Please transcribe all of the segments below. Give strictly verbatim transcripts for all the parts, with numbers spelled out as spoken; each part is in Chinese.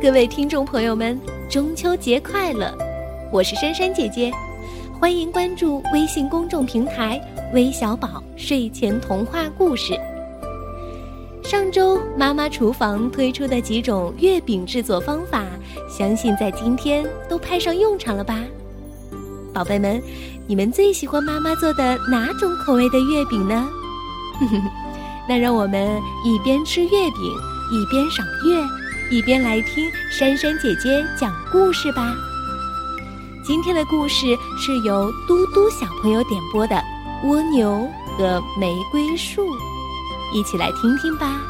各位听众朋友们，中秋节快乐！我是珊珊姐姐，欢迎关注微信公众平台微小宝睡前童话故事。上周妈妈厨房推出的几种月饼制作方法，相信在今天都派上用场了吧？宝贝们，你们最喜欢妈妈做的哪种口味的月饼呢？那让我们一边吃月饼，一边赏月，一边来听珊珊姐姐讲故事吧。今天的故事是由嘟嘟小朋友点播的《蜗牛和玫瑰树》，一起来听听吧。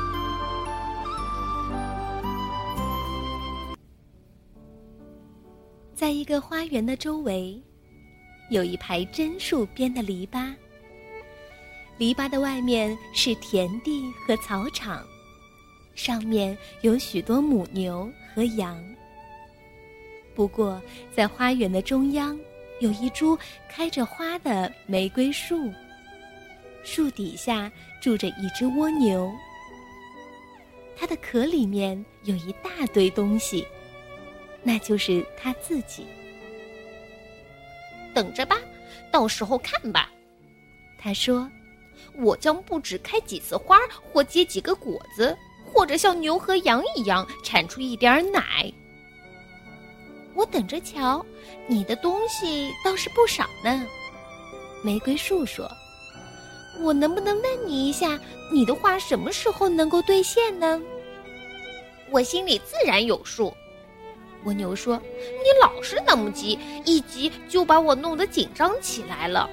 在一个花园的周围，有一排榛树编的篱笆，篱笆的外面是田地和草场，上面有许多母牛和羊。不过在花园的中央有一株开着花的玫瑰树，树底下住着一只蜗牛，它的壳里面有一大堆东西，那就是它自己。 等着吧，到时候看吧， 他说， 我将不止开几次花或结几个果子，或者像牛和羊一样产出一点奶。 我等着瞧，你的东西倒是不少呢。玫瑰树说， 我能不能问你一下，你的话什么时候能够兑现呢？我心里自然有数。蜗牛说，你老是那么急，一急就把我弄得紧张起来了。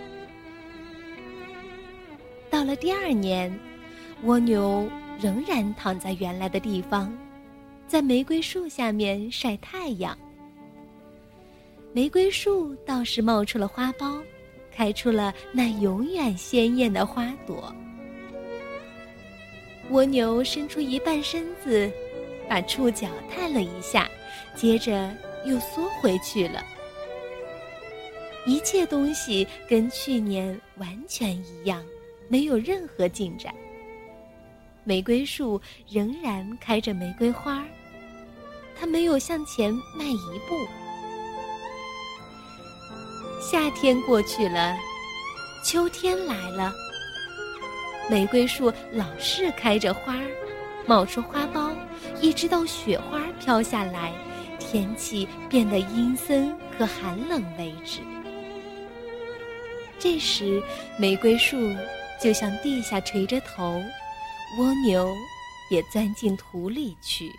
到了第二年，蜗牛仍然躺在原来的地方，在玫瑰树下面晒太阳。玫瑰树倒是冒出了花苞，开出了那永远鲜艳的花朵。蜗牛伸出一半身子，把触角探了一下，接着又缩回去了。一切东西跟去年完全一样，没有任何进展。玫瑰树仍然开着玫瑰花，它没有向前迈一步。夏天过去了，秋天来了，玫瑰树老是开着花，冒出花苞，一直到雪花飘下来，天气变得阴森和寒冷为止。这时，玫瑰树就向地下垂着头，蜗牛也钻进土里去。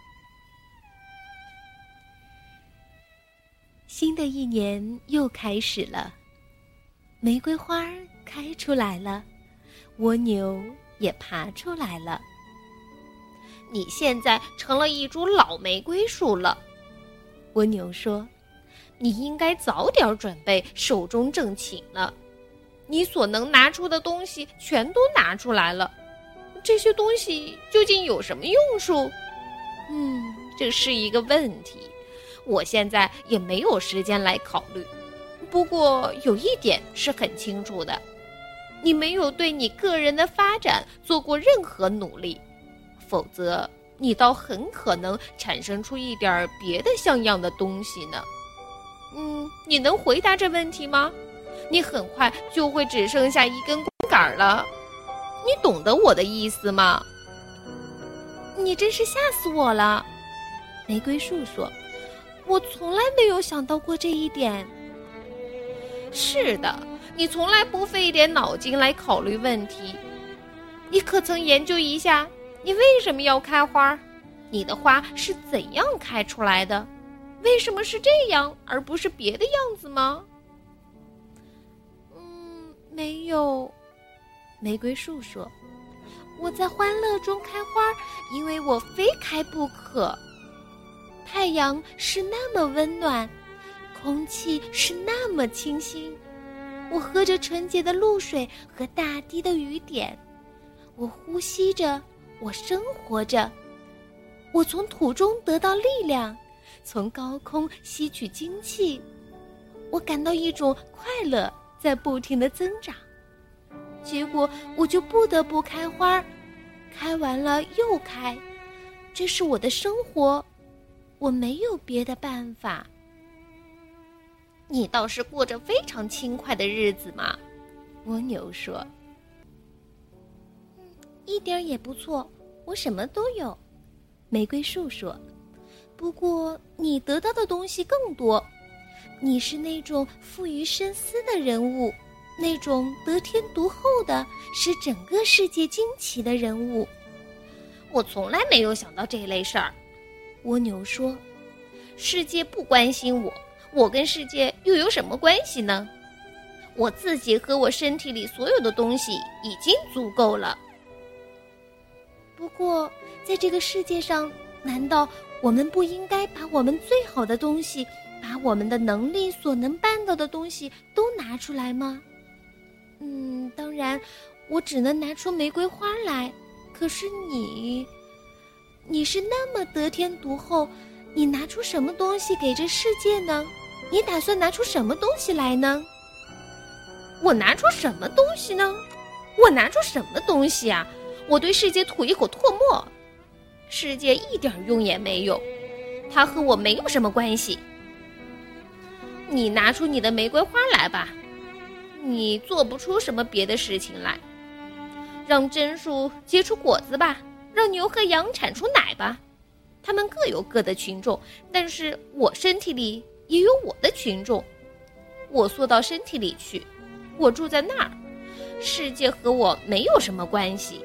新的一年又开始了，玫瑰花开出来了，蜗牛也爬出来了。 你现在成了一株老玫瑰树了， 蜗牛说， 你应该早点准备寿终正寝了。你所能拿出的东西全都拿出来了，这些东西究竟有什么用处？嗯，这是一个问题，我现在也没有时间来考虑。不过有一点是很清楚的，你没有对你个人的发展做过任何努力，否则你倒很可能产生出一点别的像样的东西呢。嗯，你能回答这问题吗？你很快就会只剩下一根棍杆了，你懂得我的意思吗？ 你真是吓死我了，玫瑰树说，我从来没有想到过这一点。 是的，你从来不费一点脑筋来考虑问题。你可曾研究一下，你为什么要开花？你的花是怎样开出来的？为什么是这样，而不是别的样子吗？ 嗯，没有。玫瑰树说，我在欢乐中开花，因为我非开不可。太阳是那么温暖，空气是那么清新，我喝着纯洁的露水和大滴的雨点，我呼吸着，我生活着，我从土中得到力量，从高空吸取精气，我感到一种快乐在不停地增长。结果我就不得不开花，开完了又开，这是我的生活， 我没有别的办法。 你倒是过着非常轻快的日子嘛， 蜗牛说。嗯，一点也不错，我什么都有。玫瑰树说。不过你得到的东西更多，你是那种富于深思的人物，那种得天独厚的，使整个世界惊奇的人物。 我从来没有想到这类事儿， 蜗牛说。 世界不关心我，我跟世界又有什么关系呢？我自己和我身体里所有的东西已经足够了。 不过在这个世界上，难道我们不应该把我们最好的东西，把我们的能力所能办到的东西都拿出来吗？嗯，当然，我只能拿出玫瑰花来。可是你，你是那么得天独厚，你拿出什么东西给这世界呢？你打算拿出什么东西来呢？ 我拿出什么东西呢？我拿出什么东西啊？我对世界吐一口唾沫。世界一点用也没有，它和我没有什么关系。你拿出你的玫瑰花来吧，你做不出什么别的事情来。让榛树结出果子吧，让牛和羊产出奶吧。它们各有各的群众，但是我身体里也有我的群众。我缩到身体里去，我住在那儿，世界和我没有什么关系。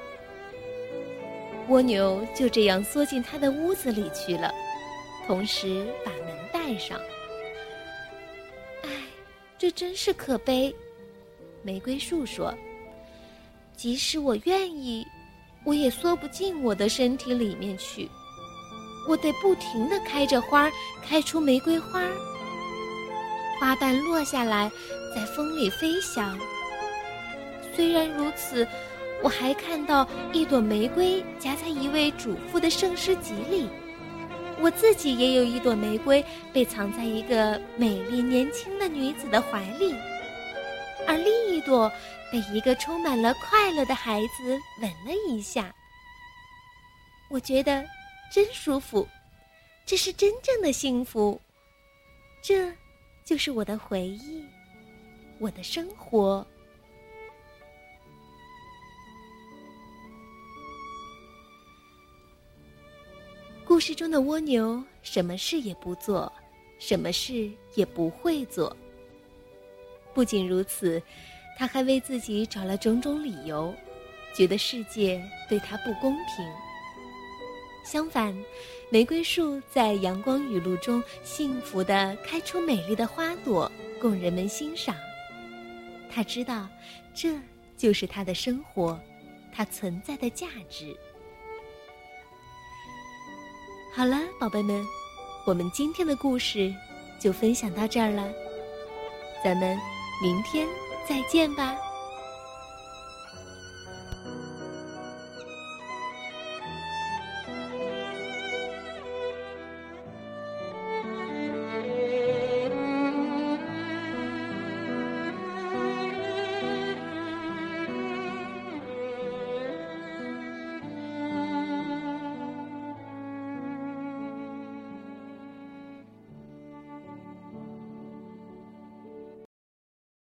蜗牛就这样缩进他的屋子里去了，同时把门带上。唉，这真是可悲，玫瑰树说。即使我愿意，我也缩不进我的身体里面去。我得不停地开着花，开出玫瑰花。花瓣落下来，在风里飞翔。虽然如此，我还看到一朵玫瑰夹在一位主妇的圣诗集里，我自己也有一朵玫瑰被藏在一个美丽年轻的女子的怀里，而另一朵被一个充满了快乐的孩子吻了一下。我觉得真舒服，这是真正的幸福，这就是我的回忆，我的生活。故事中的蜗牛什么事也不做，什么事也不会做。不仅如此，他还为自己找了种种理由，觉得世界对他不公平。相反，玫瑰树在阳光雨露中幸福地开出美丽的花朵，供人们欣赏。他知道，这就是他的生活，它存在的价值。好了，宝贝们，我们今天的故事就分享到这儿了，咱们明天再见吧。